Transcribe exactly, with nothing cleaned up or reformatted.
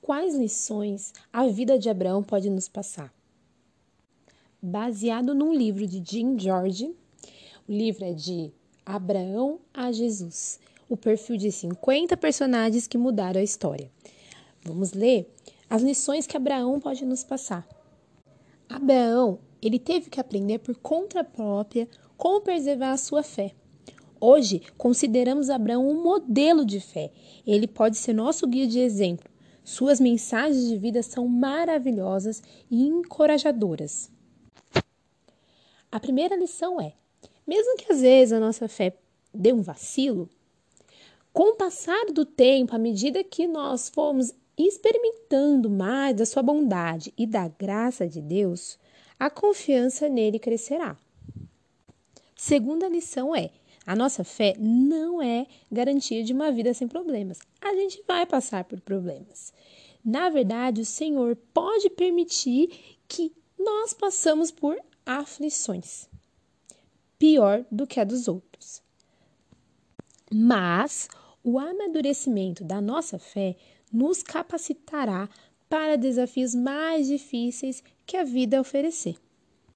quais lições a vida de Abraão pode nos passar? Baseado num livro de Jim George, o livro é de Abraão a Jesus, o perfil de cinquenta personagens que mudaram a história. Vamos ler as lições que Abraão pode nos passar. Abraão, ele teve que aprender por conta própria como preservar a sua fé. Hoje, consideramos Abraão um modelo de fé. Ele pode ser nosso guia de exemplo. Suas mensagens de vida são maravilhosas e encorajadoras. A primeira lição é, mesmo que às vezes a nossa fé dê um vacilo, com o passar do tempo, à medida que nós formos experimentando mais da sua bondade e da graça de Deus, a confiança nele crescerá. Segunda lição é, a nossa fé não é garantia de uma vida sem problemas. A gente vai passar por problemas. Na verdade, o Senhor pode permitir que nós passamos por aflições, pior do que a dos outros. Mas o amadurecimento da nossa fé nos capacitará para desafios mais difíceis que a vida oferecer.